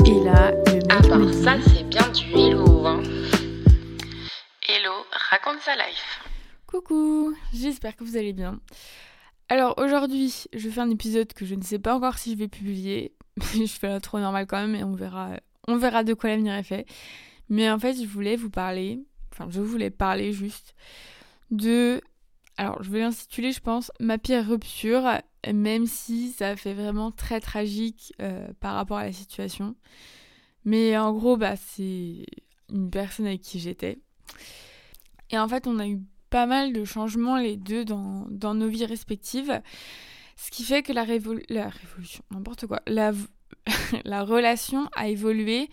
Et là, le mec Ah bah me dit... ça c'est bien du hello, hein. Hello, raconte sa life. Coucou, j'espère que vous allez bien. Alors aujourd'hui, je fais un épisode que je ne sais pas encore si je vais publier. Je fais l'intro normale quand même et on verra de quoi l'avenir est fait. Mais en fait, je voulais parler juste de... Alors, je vais l'intituler, je pense, ma pire rupture, même si ça fait vraiment très tragique par rapport à la situation. Mais en gros, c'est une personne avec qui j'étais. Et en fait, on a eu pas mal de changements les deux dans nos vies respectives. Ce qui fait que la révolution, n'importe quoi, la relation a évolué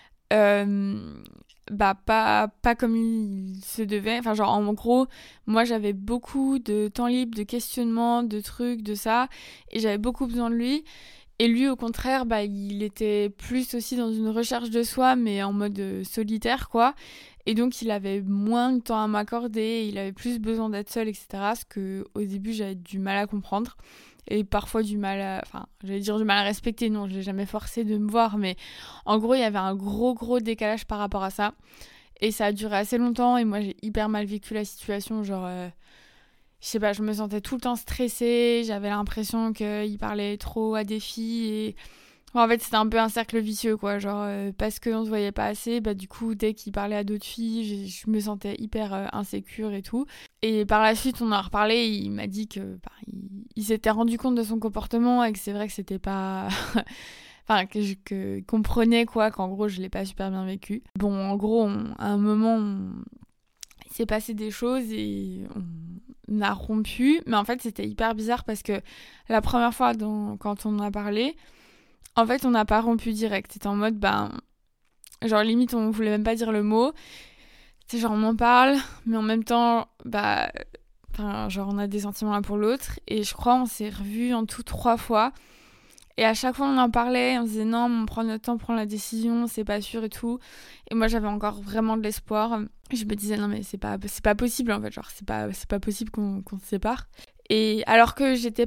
pas comme il se devait. Enfin, genre, en gros, moi, j'avais beaucoup de temps libre, de questionnements, de trucs, de ça. Et j'avais beaucoup besoin de lui. Et lui, au contraire, il était plus aussi dans une recherche de soi, mais en mode solitaire, quoi. Et donc, il avait moins de temps à m'accorder, il avait plus besoin d'être seul, etc. Ce que, au début, j'avais du mal à comprendre. Et parfois du mal à... Enfin, j'allais dire du mal à respecter, non, je l'ai jamais forcé de me voir, mais en gros, il y avait un gros décalage par rapport à ça. Et ça a duré assez longtemps, et moi, j'ai hyper mal vécu la situation, genre... je sais pas, je me sentais tout le temps stressée, j'avais l'impression qu'il parlait trop à des filles et... En fait, c'était un peu un cercle vicieux, quoi. Genre, parce qu'on se voyait pas assez, du coup, dès qu'il parlait à d'autres filles, je me sentais hyper insécure et tout. Et par la suite, on en a reparlé, il m'a dit que il s'était rendu compte de son comportement et que c'est vrai que c'était pas... Enfin, que comprenait, quoi, qu'en gros, je l'ai pas super bien vécu. Bon, en gros, à un moment, il s'est passé des choses et on a rompu. Mais en fait, c'était hyper bizarre parce que la première fois, quand on en a parlé... En fait, on n'a pas rompu direct. C'était en mode, genre limite, on voulait même pas dire le mot. C'est genre, on en parle, mais en même temps, genre, on a des sentiments l'un pour l'autre. Et je crois, on s'est revus en tout 3 fois. Et à chaque fois, on en parlait, on se disait, non, on prend notre temps, on prend la décision, c'est pas sûr et tout. Et moi, j'avais encore vraiment de l'espoir. Je me disais, non, mais c'est pas possible, en fait. Genre, c'est pas possible qu'on se sépare. Et alors que j'étais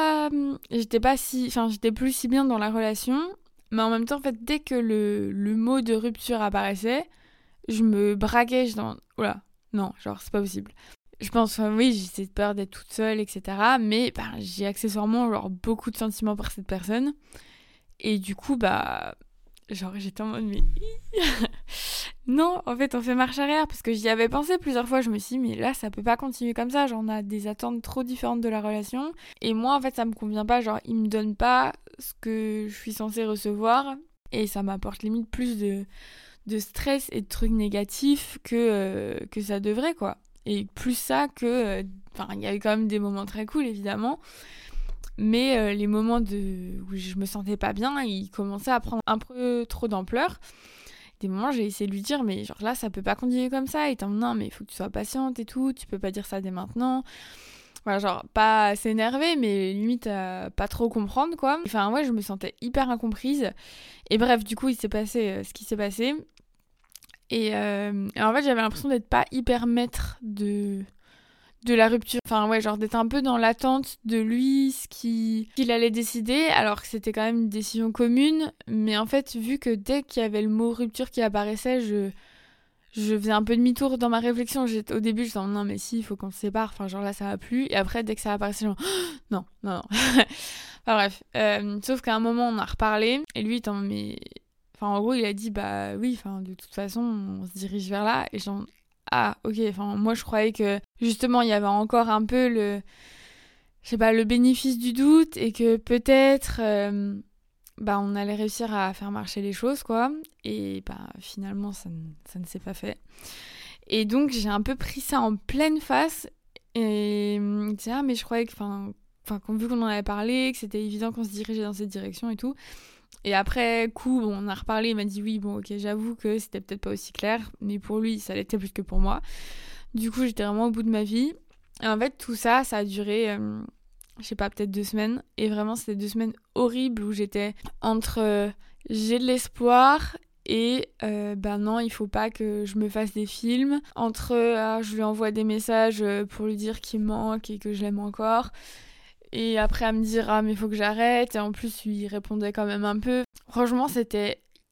plus si bien dans la relation, mais en même temps, en fait, dès que le mot de rupture apparaissait, je me braquais, oula, non, genre, c'est pas possible. Je pense, oui, j'ai cette peur d'être toute seule, etc. Mais j'ai accessoirement, genre, beaucoup de sentiments pour cette personne. Et du coup, genre, j'étais en mode, mais... Non, en fait, on fait marche arrière parce que j'y avais pensé plusieurs fois. Je me suis dit, mais là, ça peut pas continuer comme ça. Genre, on a des attentes trop différentes de la relation. Et moi, en fait, ça me convient pas. Genre, il me donne pas ce que je suis censée recevoir. Et ça m'apporte limite plus de stress et de trucs négatifs que ça devrait, quoi. Et plus ça que... il y a eu quand même des moments très cool, évidemment. Mais les moments où je me sentais pas bien, ils commençaient à prendre un peu trop d'ampleur. Des moments, j'ai essayé de lui dire, mais genre là, ça peut pas continuer comme ça. Et non, mais il faut que tu sois patiente et tout. Tu peux pas dire ça dès maintenant. Voilà, genre, pas s'énerver, mais limite pas trop comprendre, quoi. Enfin, ouais, je me sentais hyper incomprise. Et bref, du coup, il s'est passé ce qui s'est passé. Et en fait, j'avais l'impression d'être pas hyper maître de la rupture. Enfin, ouais, genre d'être un peu dans l'attente de lui, qu'il allait décider, alors que c'était quand même une décision commune. Mais en fait, vu que dès qu'il y avait le mot rupture qui apparaissait, je faisais un peu demi-tour dans ma réflexion. Au début, je disais non, mais si, il faut qu'on se sépare. Enfin, genre là, ça va plus. Et après, dès que ça apparaissait, genre non. Enfin, bref. Sauf qu'à un moment, on a reparlé. Et lui, en gros, il a dit oui, de toute façon, on se dirige vers là. Et genre, ah, ok, moi je croyais que justement il y avait encore un peu le bénéfice du doute et que peut-être on allait réussir à faire marcher les choses, quoi. Et finalement ça ne s'est pas fait. Et donc j'ai un peu pris ça en pleine face et dit mais je croyais que vu qu'on en avait parlé, que c'était évident qu'on se dirigeait dans cette direction et tout. Et après coup, on a reparlé, il m'a dit oui, bon ok, j'avoue que c'était peut-être pas aussi clair, mais pour lui, ça l'était plus que pour moi. Du coup, j'étais vraiment au bout de ma vie. Et en fait, tout ça, ça a duré, je sais pas, peut-être 2 semaines. Et vraiment, c'était 2 semaines horribles où j'étais entre j'ai de l'espoir et non, il faut pas que je me fasse des films. Entre je lui envoie des messages pour lui dire qu'il me manque et que je l'aime encore. Et après, à me dire, mais il faut que j'arrête. Et en plus, lui, il répondait quand même un peu. Franchement, c'était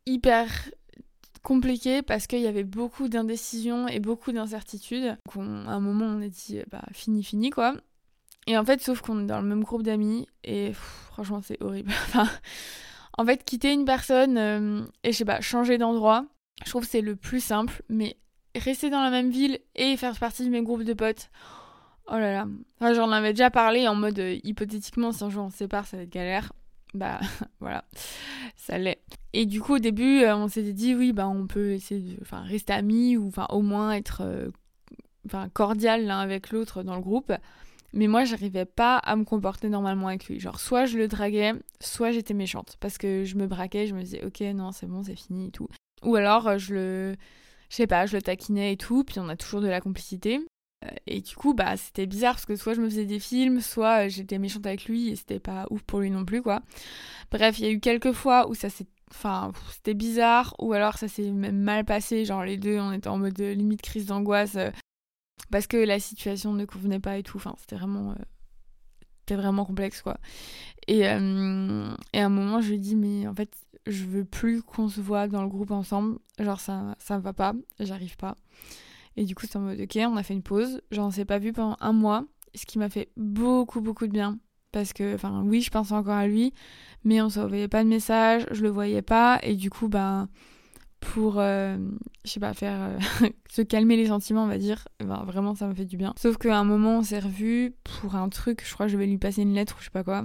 hyper compliqué parce qu'il y avait beaucoup d'indécision et beaucoup d'incertitudes. Donc à un moment, on a dit, fini, quoi. Et en fait, sauf qu'on est dans le même groupe d'amis et franchement, c'est horrible. Enfin, en fait, quitter une personne et je sais pas, changer d'endroit, je trouve que c'est le plus simple, mais rester dans la même ville et faire partie de mes groupes de potes, oh là là. Enfin, j'en avais déjà parlé en mode hypothétiquement, si un jour on se sépare, ça va être galère. Bah voilà, ça l'est. Et du coup, au début, on s'était dit, oui, on peut essayer de rester amis ou au moins être cordial l'un avec l'autre dans le groupe. Mais moi, j'arrivais pas à me comporter normalement avec lui. Genre, soit je le draguais, soit j'étais méchante. Parce que je me braquais, je me disais, ok, non, c'est bon, c'est fini et tout. Ou alors, je le taquinais et tout, puis on a toujours de la complicité. Et du coup, c'était bizarre parce que soit je me faisais des films, soit j'étais méchante avec lui et c'était pas ouf pour lui non plus, quoi. Bref, il y a eu quelques fois où c'était bizarre, ou alors ça s'est même mal passé. Genre, les deux, on était en mode limite crise d'angoisse. Parce que la situation ne convenait pas et tout. Enfin, c'était vraiment complexe, quoi. Et à un moment, je lui ai dit, mais en fait, je veux plus qu'on se voit dans le groupe ensemble. Genre, ça va pas, j'arrive pas. Et du coup, c'est en mode, ok, on a fait une pause. Genre, on s'est pas vu pendant 1 mois, ce qui m'a fait beaucoup, beaucoup de bien. Parce que, oui, je pensais encore à lui, mais on s'envoyait pas de messages, je le voyais pas. Et du coup, pour faire se calmer les sentiments, on va dire, vraiment ça m'a fait du bien. Sauf qu'à un moment on s'est revus pour un truc, je crois que je vais lui passer une lettre ou je sais pas quoi.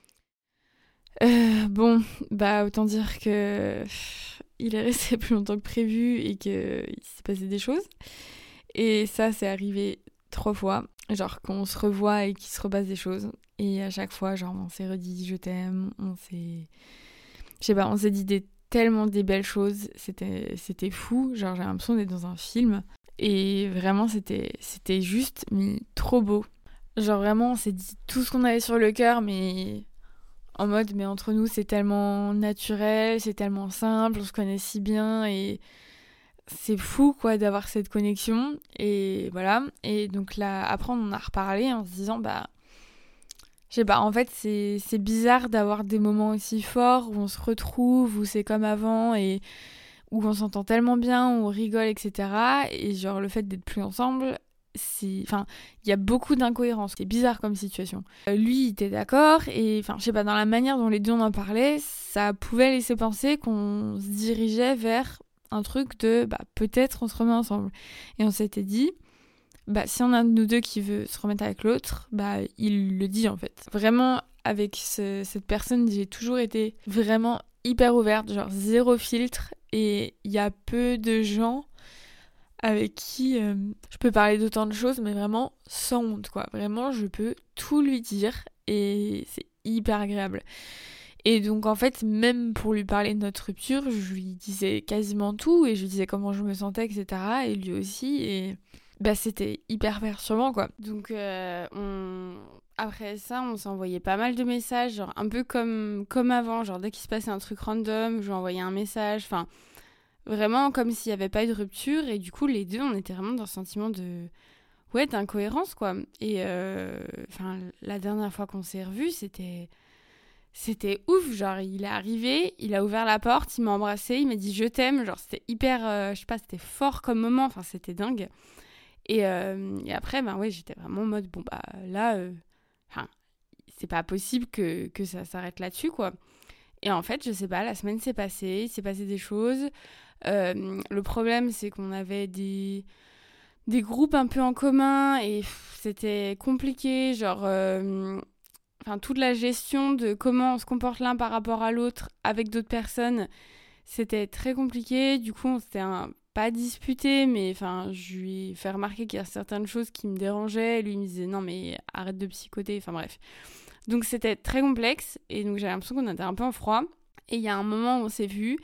Autant dire que il est resté plus longtemps que prévu et qu'il s'est passé des choses. Et ça, c'est arrivé 3 fois, genre qu'on se revoit et qu'il se repasse des choses. Et à chaque fois, genre on s'est redit je t'aime, on s'est dit tellement des belles choses, c'était fou, genre j'ai l'impression d'être dans un film et vraiment c'était juste mais trop beau. Genre vraiment on s'est dit tout ce qu'on avait sur le cœur, mais en mode mais entre nous c'est tellement naturel, c'est tellement simple, on se connaît si bien et c'est fou quoi d'avoir cette connexion. Et voilà, et donc là après on en a reparlé en se disant je sais pas, en fait, c'est bizarre d'avoir des moments aussi forts où on se retrouve, où c'est comme avant et où on s'entend tellement bien, où on rigole, etc. Et genre, le fait d'être plus ensemble, il y a beaucoup d'incohérences. C'est bizarre comme situation. Lui, il était d'accord et, je sais pas, dans la manière dont les deux on en parlait, ça pouvait laisser penser qu'on se dirigeait vers un truc de, peut-être on se remet ensemble. Et on s'était dit... si on a un de nous deux qui veut se remettre avec l'autre, il le dit en fait. Vraiment, avec cette personne, j'ai toujours été vraiment hyper ouverte, genre 0 filtre. Et il y a peu de gens avec qui je peux parler d'autant de choses, mais vraiment sans honte, quoi. Vraiment, je peux tout lui dire et c'est hyper agréable. Et donc en fait, même pour lui parler de notre rupture, je lui disais quasiment tout et je lui disais comment je me sentais, etc. Et lui aussi, et... c'était hyper perturbant, quoi. Donc, après ça, on s'envoyait pas mal de messages, genre un peu comme avant. Genre, dès qu'il se passait un truc random, je lui envoyais un message. Enfin, vraiment comme s'il y avait pas eu de rupture. Et du coup, les deux, on était vraiment dans ce sentiment d'incohérence, quoi. Et, la dernière fois qu'on s'est revus, c'était ouf. Genre, il est arrivé, il a ouvert la porte, il m'a embrassé, il m'a dit « je t'aime ». Genre, c'était hyper, je sais pas, c'était fort comme moment. Enfin, c'était dingue. Et après, j'étais vraiment en mode, là, c'est pas possible que ça s'arrête là-dessus, quoi. Et en fait, je sais pas, la semaine s'est passée, il s'est passé des choses. Le problème, c'est qu'on avait des groupes un peu en commun et c'était compliqué, genre... toute la gestion de comment on se comporte l'un par rapport à l'autre avec d'autres personnes, c'était très compliqué. Du coup, on s'était pas disputé, mais je lui ai fait remarquer qu'il y a certaines choses qui me dérangeaient. Et lui, il me disait non, mais arrête de psychoter. Enfin bref. Donc c'était très complexe et donc j'avais l'impression qu'on était un peu en froid. Et il y a un moment où on s'est vus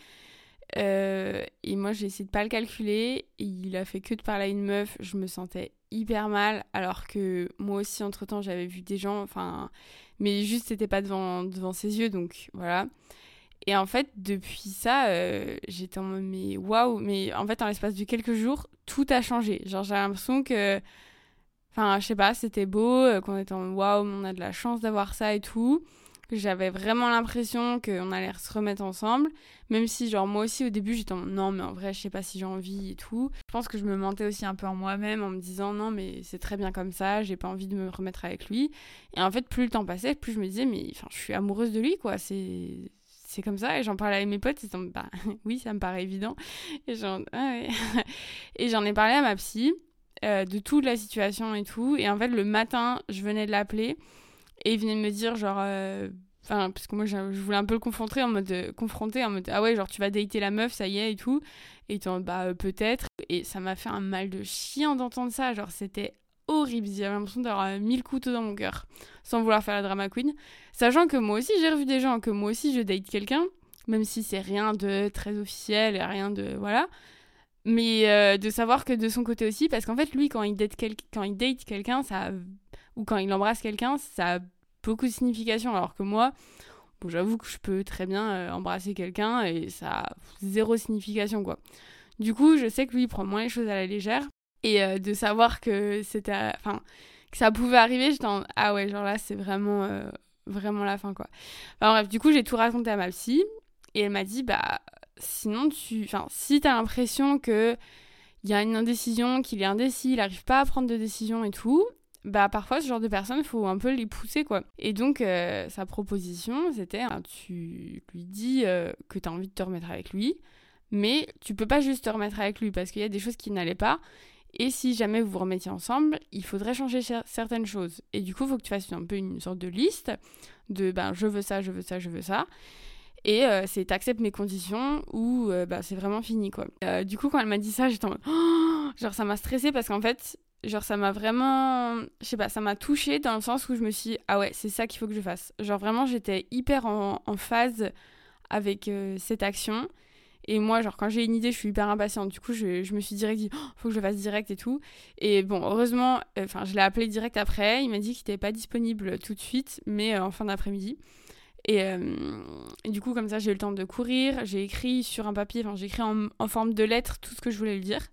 et moi j'ai essayé de pas le calculer. Et il a fait que de parler à une meuf. Je me sentais hyper mal alors que moi aussi entre temps j'avais vu des gens. Mais juste c'était pas devant ses yeux, donc voilà. Et en fait, depuis ça, j'étais en mode, mais waouh, mais en fait, en l'espace de quelques jours, tout a changé. Genre, j'ai l'impression que, je sais pas, c'était beau, qu'on était en mode, waouh, on a de la chance d'avoir ça et tout. que j'avais vraiment l'impression qu'on allait se remettre ensemble, même si genre moi aussi au début j'étais en non mais en vrai je sais pas si j'ai envie et tout. Je pense que je me mentais aussi un peu en moi-même en me disant non mais c'est très bien comme ça, j'ai pas envie de me remettre avec lui. Et en fait plus le temps passait, plus je me disais mais enfin je suis amoureuse de lui quoi, c'est comme ça. Et j'en parlais avec mes potes, ils sont bah oui ça me paraît évident. Et ah, ouais. Et j'en ai parlé à ma psy de toute la situation et tout. Et en fait le matin je venais de l'appeler. Et il venait de me dire, genre... parce que moi, je voulais un peu le confronter en mode... Ah ouais, genre, tu vas dater la meuf, ça y est, et tout. Et il était en mode, bah, peut-être. Et ça m'a fait un mal de chien d'entendre ça. Genre, c'était horrible. J'avais l'impression d'avoir 1000 couteaux dans mon cœur. Sans vouloir faire la drama queen. Sachant que moi aussi, j'ai revu des gens, que moi aussi, je date quelqu'un. Même si c'est rien de très officiel, et rien de... Voilà. Mais de savoir que de son côté aussi, parce qu'en fait, lui, quand il date quelqu'un, ça... ou quand il embrasse quelqu'un, ça a beaucoup de signification. Alors que moi, bon, j'avoue que je peux très bien embrasser quelqu'un et ça a zéro signification, quoi. Du coup, je sais que lui, il prend moins les choses à la légère. Et de savoir que c'était... Enfin, que ça pouvait arriver, j'étais en... Ah ouais, genre là, c'est vraiment, vraiment la fin, quoi. Enfin bref, du coup, j'ai tout raconté à ma psy. Et elle m'a dit, bah... Sinon, si t'as l'impression que il y a une indécision, qu'il est indécis, il n'arrive pas à prendre de décision et tout, bah parfois ce genre de personnes, il faut un peu les pousser quoi. Et donc sa proposition, c'était tu lui dis que t'as envie de te remettre avec lui, mais tu peux pas juste te remettre avec lui parce qu'il y a des choses qui n'allaient pas. Et si jamais vous vous remettiez ensemble, il faudrait changer certaines choses. Et du coup, il faut que tu fasses un peu une sorte de liste de je veux ça, je veux ça, je veux ça. Et c'est t'acceptes mes conditions ou c'est vraiment fini quoi. Du coup quand elle m'a dit ça j'étais en mode genre ça m'a stressée parce qu'en fait genre ça m'a vraiment je sais pas ça m'a touchée dans le sens où je me suis dit, ah ouais c'est ça qu'il faut que je fasse. Genre vraiment j'étais hyper en phase avec cette action. Et moi, genre, quand j'ai une idée, je suis hyper impatiente. Du coup, je me suis direct dit, faut que je le fasse direct et tout. Et bon, heureusement, je l'ai appelé direct après. Il m'a dit qu'il n'était pas disponible tout de suite, mais en fin d'après-midi. Et du coup, comme ça, j'ai eu le temps de courir. J'ai écrit sur un papier, j'ai écrit en forme de lettre tout ce que je voulais lui dire.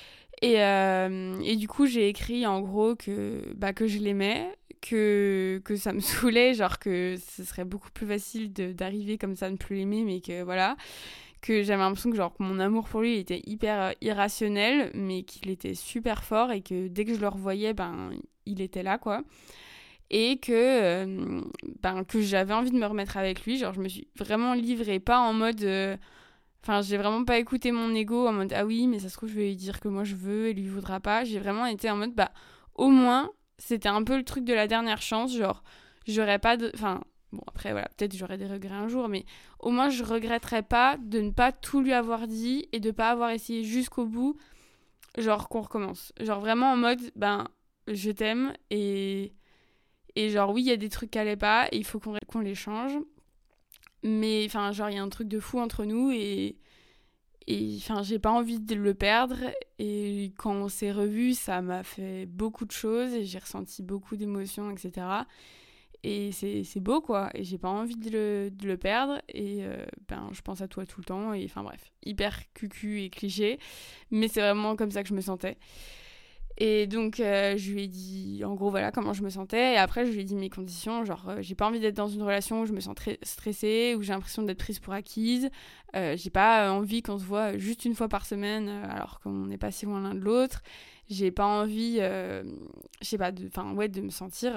Et du coup, j'ai écrit en gros que je l'aimais, que ça me saoulait, genre que ce serait beaucoup plus facile d'arriver comme ça, de ne plus l'aimer, mais que voilà. Que j'avais l'impression que, genre, que mon amour pour lui était hyper irrationnel, mais qu'il était super fort et que dès que je le revoyais, il était là, quoi. Et que j'avais envie de me remettre avec lui. Genre, je me suis vraiment livrée, pas en mode... j'ai vraiment pas écouté mon ego en mode, ah oui, mais ça se trouve, je vais lui dire que moi je veux et lui voudra pas. J'ai vraiment été en mode, au moins, c'était un peu le truc de la dernière chance. Genre, j'aurais pas de... Bon, après, voilà, peut-être j'aurais des regrets un jour, mais au moins, je regretterais pas de ne pas tout lui avoir dit et de pas avoir essayé jusqu'au bout, genre, qu'on recommence. Genre, vraiment en mode, je t'aime et genre, oui, il y a des trucs qui allaient pas et il faut qu'on les change. Mais, genre, il y a un truc de fou entre nous et j'ai pas envie de le perdre. Et quand on s'est revus, ça m'a fait beaucoup de choses et j'ai ressenti beaucoup d'émotions, etc. Et c'est beau, quoi. Et j'ai pas envie de le perdre. Et je pense à toi tout le temps. Et bref, hyper cucu et cliché. Mais c'est vraiment comme ça que je me sentais. Et donc, je lui ai dit, en gros, voilà comment je me sentais. Et après, je lui ai dit mes conditions. Genre, j'ai pas envie d'être dans une relation où je me sens très stressée, où j'ai l'impression d'être prise pour acquise. J'ai pas envie qu'on se voit juste une fois par semaine, alors qu'on n'est pas si loin l'un de l'autre. J'ai pas envie, je sais pas, de me sentir...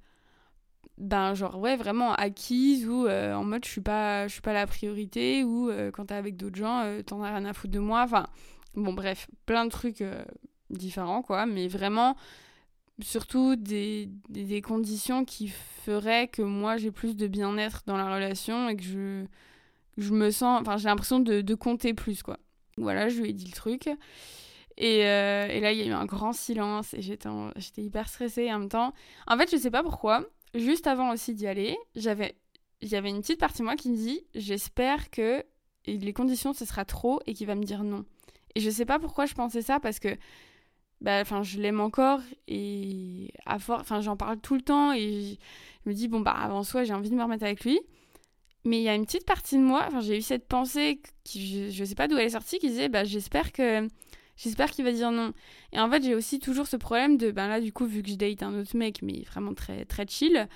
vraiment acquise ou en mode je suis pas la priorité ou quand t'es avec d'autres gens t'en as rien à foutre de moi, bon bref, plein de trucs différents quoi, mais vraiment surtout des conditions qui feraient que moi j'ai plus de bien-être dans la relation et que je me sens, j'ai l'impression de compter plus quoi. Voilà, je lui ai dit le truc. Et là, il y a eu un grand silence et j'étais hyper stressée en même temps. En fait, je sais pas pourquoi, juste avant aussi d'y aller, j'avais une petite partie de moi qui me dit j'espère que les conditions ce sera trop et qu'il va me dire non. Et je sais pas pourquoi je pensais ça parce que je l'aime encore et j'en parle tout le temps et je me dis avant soi j'ai envie de me remettre avec lui. Mais il y a une petite partie de moi, j'ai eu cette pensée qui je sais pas d'où elle est sortie qui disait j'espère qu'il va dire non. Et en fait, j'ai aussi toujours ce problème de, là, du coup, vu que je date un autre mec, mais vraiment très, très chill,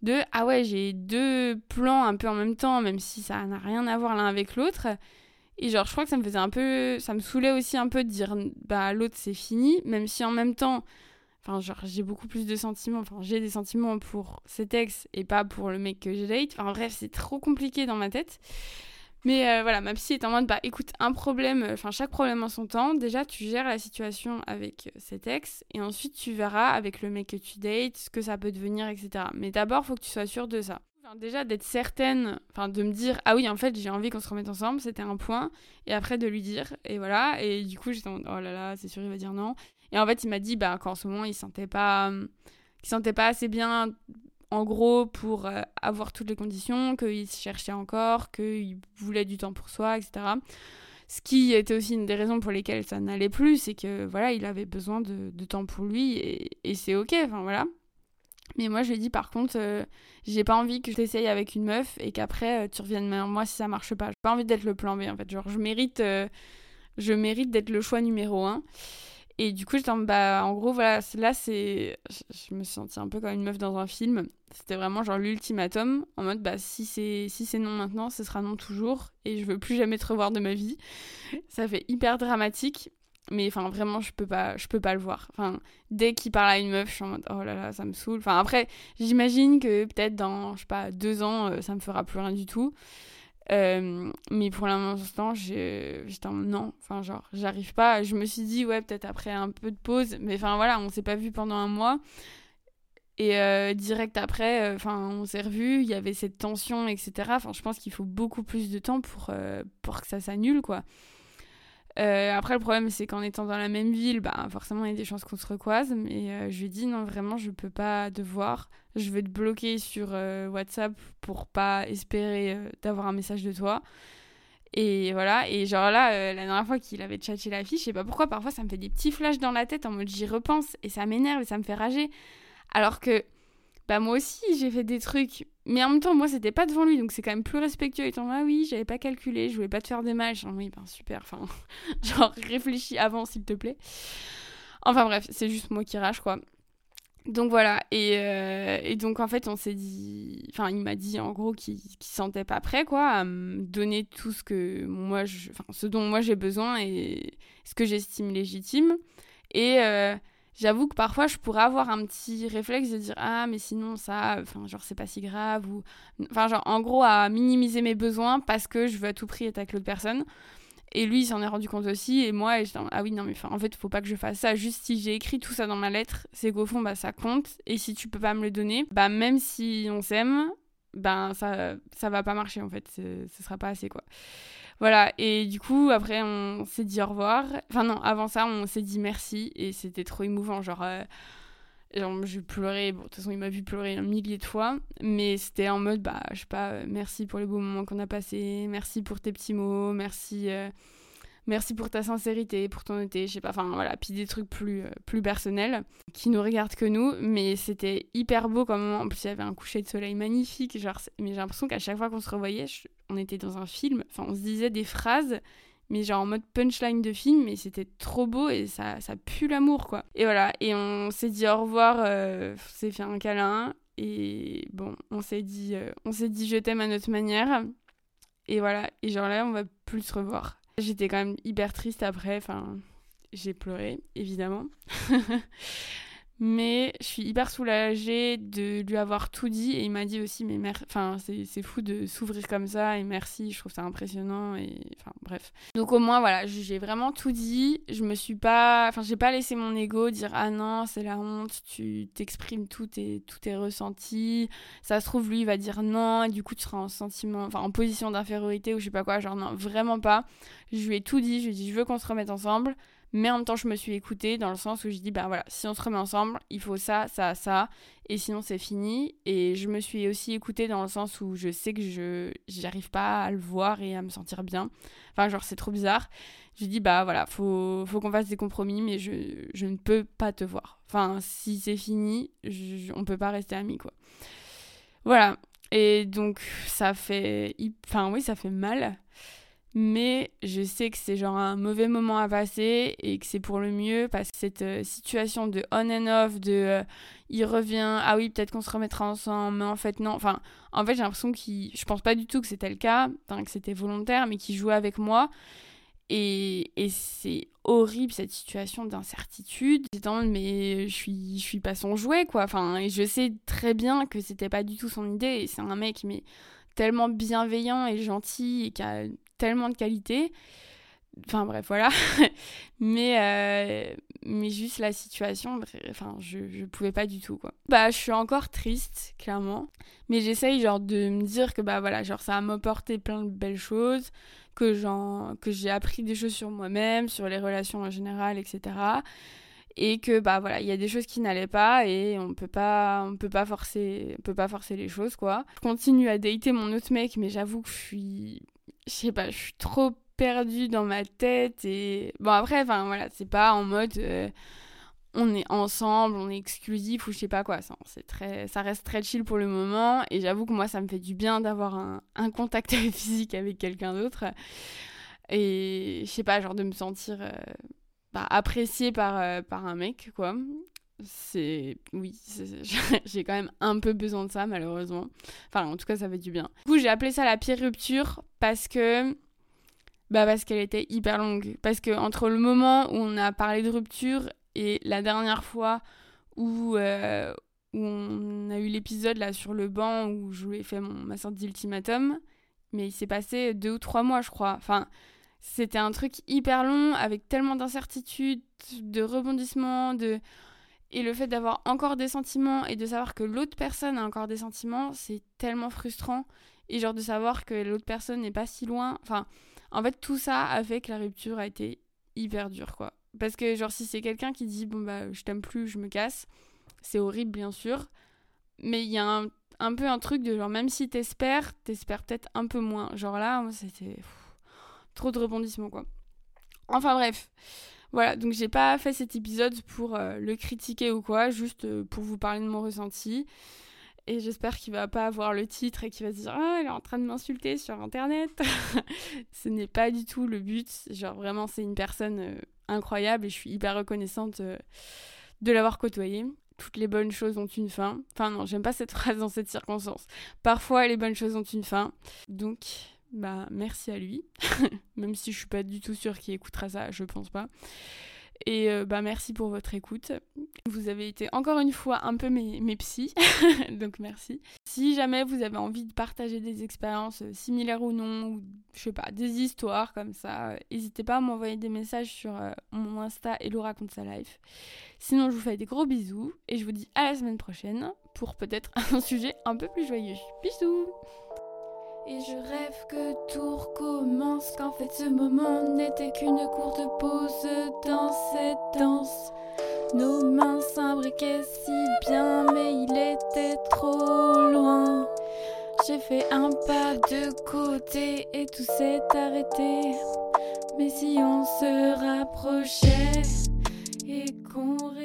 de ah ouais, j'ai 2 plans un peu en même temps, même si ça n'a rien à voir l'un avec l'autre. Et genre, je crois que ça me faisait un peu... Ça me saoulait aussi un peu de dire, bah, l'autre, c'est fini, même si en même temps... Enfin, genre, j'ai beaucoup plus de sentiments. Enfin, j'ai des sentiments pour cet ex et pas pour le mec que je date. Enfin, bref, c'est trop compliqué dans ma tête. Mais voilà, ma psy est en mode, bah, écoute, un problème... Enfin, chaque problème en son temps. Déjà, tu gères la situation avec cet ex. Et ensuite, tu verras avec le mec que tu dates ce que ça peut devenir, etc. Mais d'abord, faut que tu sois sûre de ça. Enfin, déjà d'être certaine, enfin de me dire ah oui en fait j'ai envie qu'on se remette ensemble, c'était un point, et après de lui dire et voilà, et du coup j'étais en oh là là c'est sûr il va dire non, et en fait il m'a dit bah qu'en ce moment il se sentait pas assez bien en gros pour avoir toutes les conditions, qu'il se cherchait encore, qu'il voulait du temps pour soi, etc. Ce qui était aussi une des raisons pour lesquelles ça n'allait plus, c'est que voilà il avait besoin de temps pour lui, et c'est ok, enfin voilà. Mais moi, je lui ai dit, par contre, j'ai pas envie que tu essayes avec une meuf et qu'après, tu reviennes vers moi si ça marche pas. J'ai pas envie d'être le plan B, en fait. Genre, je mérite d'être le choix numéro 1. Et du coup, j'étais en gros, voilà, là, c'est... Je me suis sentie un peu comme une meuf dans un film. C'était vraiment genre l'ultimatum, en mode, bah, si c'est non maintenant, ce sera non toujours. Et je veux plus jamais te revoir de ma vie. Ça fait hyper dramatique. Mais enfin vraiment je peux pas le voir. Enfin dès qu'il parle à une meuf je suis en mode oh là là ça me saoule. Enfin après j'imagine que peut-être dans je sais pas 2 ans ça me fera plus rien du tout. Mais pour l'instant j'étais en mode non. Enfin genre j'arrive pas. Je me suis dit ouais peut-être après un peu de pause. Mais enfin voilà on s'est pas vu pendant un mois. Et direct après, on s'est revus, il y avait cette tension, etc. Enfin, je pense qu'il faut beaucoup plus de temps pour que ça s'annule, quoi. Après, le problème, c'est qu'en étant dans la même ville, bah, forcément, il y a des chances qu'on se recroise. Mais je lui ai dit, non, vraiment, je peux pas te voir. Je vais te bloquer sur WhatsApp pour pas espérer d'avoir un message de toi. Et voilà. Et genre là, la dernière fois qu'il avait tchatché la fille, je sais pas pourquoi, parfois, ça me fait des petits flashs dans la tête en mode j'y repense et ça m'énerve et ça me fait rager. Alors que bah moi aussi j'ai fait des trucs, mais en même temps moi c'était pas devant lui, donc c'est quand même plus respectueux étant ah oui j'avais pas calculé, je voulais pas te faire de mal. Genre oui ben super, enfin genre réfléchis avant s'il te plaît. Enfin bref c'est juste moi qui rage quoi. Donc voilà et donc en fait on s'est dit, enfin il m'a dit en gros qu'il se sentait pas prêt quoi à me donner tout ce que moi ce dont moi j'ai besoin et ce que j'estime légitime. Et j'avoue que parfois je pourrais avoir un petit réflexe de dire ah mais sinon ça enfin genre c'est pas si grave, ou enfin genre en gros à minimiser mes besoins parce que je veux à tout prix être avec l'autre personne. Et lui il s'en est rendu compte aussi, et moi et ah oui non mais en fait faut pas que je fasse ça. Juste si j'ai écrit tout ça dans ma lettre, c'est qu'au fond bah ça compte, et si tu peux pas me le donner, bah même si on s'aime, ben ça va pas marcher en fait, ce sera pas assez quoi. Voilà, et du coup, après, on s'est dit au revoir. Enfin non, avant ça, on s'est dit merci, et c'était trop émouvant. Genre je pleurais. Bon, de toute façon, il m'a vu pleurer un millier de fois, mais c'était en mode, bah, je sais pas, merci pour les beaux moments qu'on a passés, merci pour tes petits mots, merci pour ta sincérité, pour ton honnêteté, je sais pas, enfin voilà, puis des trucs plus personnels qui nous regardent que nous, mais c'était hyper beau comme moment. En plus, il y avait un coucher de soleil magnifique, genre, mais j'ai l'impression qu'à chaque fois qu'on se revoyait, on était dans un film, enfin on se disait des phrases, mais genre en mode punchline de film, mais c'était trop beau et ça pue l'amour quoi. Et voilà, et on s'est dit au revoir, on s'est fait un câlin, et bon, on s'est dit je t'aime à notre manière, et voilà, et genre là, on va plus se revoir. J'étais quand même hyper triste après, enfin, j'ai pleuré, évidemment. Mais je suis hyper soulagée de lui avoir tout dit, et il m'a dit aussi, mais enfin, c'est fou de s'ouvrir comme ça, et merci, je trouve ça impressionnant, et enfin, bref. Donc au moins, voilà, j'ai vraiment tout dit, j'ai pas laissé mon ego dire, ah non, c'est la honte, tu t'exprimes tous tes ressentis, ça se trouve, lui, il va dire non, et du coup, tu seras en position d'infériorité, ou je sais pas quoi, genre non, vraiment pas. Je lui ai tout dit, je lui ai dit, je veux qu'on se remette ensemble. Mais en même temps, je me suis écoutée dans le sens où je dis, bah voilà, si on se remet ensemble, il faut ça, ça, ça, et sinon c'est fini. Et je me suis aussi écoutée dans le sens où je sais que j'arrive pas à le voir et à me sentir bien. Enfin, genre, c'est trop bizarre. Je dis, bah voilà, faut qu'on fasse des compromis, mais je ne peux pas te voir. Enfin, si c'est fini, on peut pas rester amis, quoi. Voilà. Et donc, ça fait mal. Mais je sais que c'est genre un mauvais moment à passer et que c'est pour le mieux parce que cette situation de on and off, il revient, ah oui, peut-être qu'on se remettra ensemble, mais en fait non. Enfin, en fait, j'ai l'impression je pense pas du tout que c'était le cas, que c'était volontaire, mais qu'il jouait avec moi. Et c'est horrible cette situation d'incertitude. J'étais en mode, mais je suis pas son jouet, quoi. Enfin, et je sais très bien que c'était pas du tout son idée. Et c'est un mec, mais tellement bienveillant et gentil et qui a tellement de qualités. Enfin bref, voilà. mais juste la situation, enfin, je pouvais pas du tout, quoi. Bah, je suis encore triste, clairement. Mais j'essaye, genre, de me dire que, bah, voilà, genre, ça m'a apporté plein de belles choses, que j'ai appris des choses sur moi-même, sur les relations en général, etc. Et que, bah, voilà, il y a des choses qui n'allaient pas et on peut pas forcer les choses, quoi. Je continue à dater mon autre mec, mais j'avoue que je sais pas, je suis trop perdue dans ma tête et bon après enfin voilà, c'est pas en mode on est ensemble, on est exclusif ou je sais pas quoi, ça reste très chill pour le moment et j'avoue que moi ça me fait du bien d'avoir un contact physique avec quelqu'un d'autre et je sais pas, genre de me sentir appréciée par un mec, quoi. J'ai quand même un peu besoin de ça, malheureusement. Enfin, en tout cas, ça fait du bien. Du coup, j'ai appelé ça la pire rupture parce qu'elle était hyper longue. Parce que entre le moment où on a parlé de rupture et la dernière fois où on a eu l'épisode là sur le banc où je lui ai fait ma sorte d'ultimatum, mais il s'est passé 2 ou 3 mois, je crois. Enfin, c'était un truc hyper long avec tellement d'incertitudes, de rebondissements, et le fait d'avoir encore des sentiments et de savoir que l'autre personne a encore des sentiments, c'est tellement frustrant. Et genre de savoir que l'autre personne n'est pas si loin. Enfin, en fait, tout ça a fait que la rupture a été hyper dure, quoi. Parce que genre, si c'est quelqu'un qui dit « Bon, bah, je t'aime plus, je me casse », c'est horrible, bien sûr. Mais il y a un peu un truc de genre, même si t'espères peut-être un peu moins. Genre là, moi, c'était trop de rebondissements, quoi. Enfin bref. Voilà, donc j'ai pas fait cet épisode pour le critiquer ou quoi, juste pour vous parler de mon ressenti. Et j'espère qu'il va pas avoir le titre et qu'il va se dire « Ah, elle est en train de m'insulter sur Internet !» Ce n'est pas du tout le but. Genre vraiment, c'est une personne incroyable et je suis hyper reconnaissante de l'avoir côtoyée. Toutes les bonnes choses ont une fin. Enfin non, j'aime pas cette phrase dans cette circonstance. Parfois, les bonnes choses ont une fin. Donc, bah merci à lui. Même si je suis pas du tout sûre qu'il écoutera ça, je pense pas. Et merci pour votre écoute. Vous avez été encore une fois un peu mes psys, donc merci. Si jamais vous avez envie de partager des expériences similaires ou non, ou je sais pas, des histoires comme ça, n'hésitez pas à m'envoyer des messages sur mon Insta Hello raconte sa life. Sinon, je vous fais des gros bisous et je vous dis à la semaine prochaine pour peut-être un sujet un peu plus joyeux. Bisous! Et je rêve que tout recommence, qu'en fait ce moment n'était qu'une courte pause dans cette danse. Nos mains s'imbriquaient si bien, mais il était trop loin. J'ai fait un pas de côté et tout s'est arrêté. Mais si on se rapprochait et qu'on